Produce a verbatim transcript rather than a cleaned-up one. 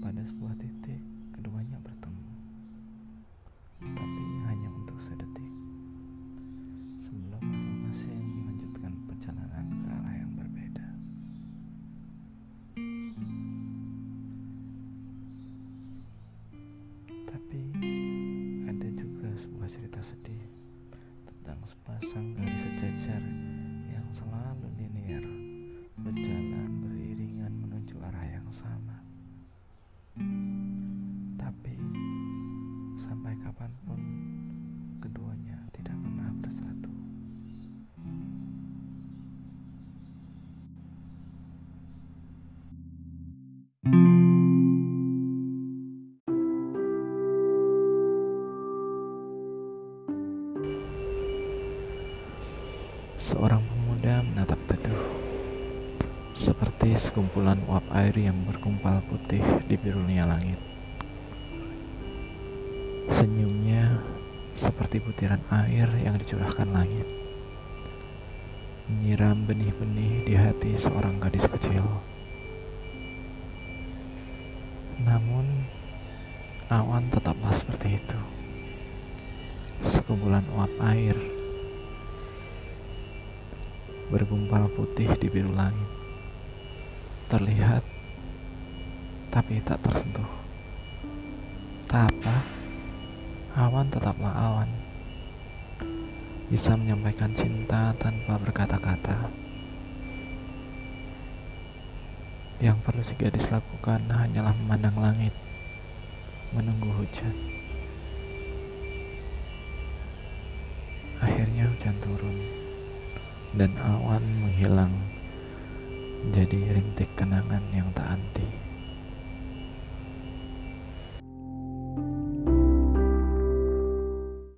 Pada sebuah titik, keduanya bertemu, tapi hanya untuk sedetik, sebelum masing-masing melanjutkan perjalanan ke arah yang berbeda. Tapi ada juga sebuah cerita sedih tentang sepasang garis sejajar yang selalu linear, berjalan beriringan menuju arah yang sama. Tapi sampai kapanpun keduanya tidak pernah bersatu. Seorang pemuda menatap teduh, seperti sekumpulan uap air yang berkumpal putih di birunya langit. Senyumnya seperti butiran air yang dicurahkan langit, menyiram benih-benih di hati seorang gadis kecil. Namun, awan tetaplah seperti itu, sekumpulan uap air bergumpal putih di biru langit, terlihat tapi tak tersentuh. Tak apa, awan tetaplah awan, bisa menyampaikan cinta tanpa berkata-kata. Yang perlu si gadis lakukan hanyalah memandang langit, menunggu hujan. Akhirnya hujan turun, dan awan menghilang menjadi rintik kenangan yang tak anti.